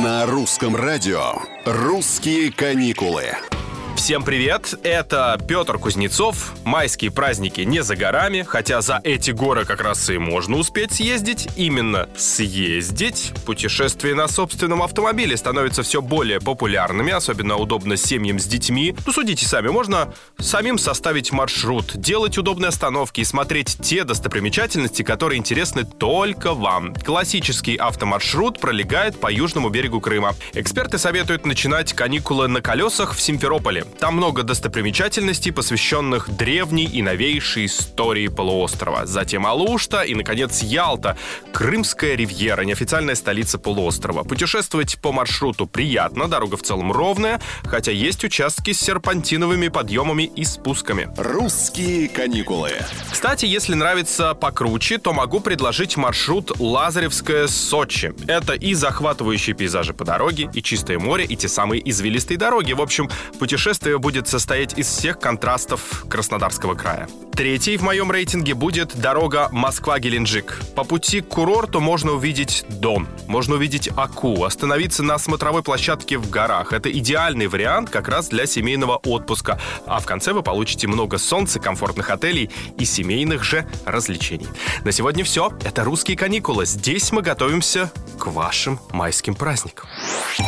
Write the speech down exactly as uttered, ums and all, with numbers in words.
На русском радио «Русские каникулы». Всем привет, это Петр Кузнецов. Майские праздники не за горами, хотя за эти горы как раз и можно успеть съездить. Именно съездить. Путешествия на собственном автомобиле становятся все более популярными, особенно удобно семьям с детьми. Ну, судите сами, можно самим составить маршрут, делать удобные остановки и смотреть те достопримечательности, которые интересны только вам. Классический автомаршрут пролегает по южному берегу Крыма. Эксперты советуют начинать каникулы на колесах в Симферополе. Там много достопримечательностей, посвященных древней и новейшей истории полуострова. Затем Алушта и, наконец, Ялта. Крымская ривьера, неофициальная столица полуострова. Путешествовать по маршруту приятно, дорога в целом ровная, хотя есть участки с серпантиновыми подъемами и спусками. Русские каникулы. Кстати, если нравится покруче, то могу предложить маршрут Лазаревское-Сочи. Это и захватывающие пейзажи по дороге, и чистое море, и те самые извилистые дороги. В общем, путешествие будет состоять из всех контрастов Краснодарского края. Третий в моем рейтинге будет дорога Москва-Геленджик. По пути к курорту можно увидеть Дон, можно увидеть Аку, остановиться на смотровой площадке в горах. Это идеальный вариант как раз для семейного отпуска. А в конце вы получите много солнца, комфортных отелей и семейных же развлечений. На сегодня все. Это «Русские каникулы». Здесь мы готовимся к вашим майским праздникам.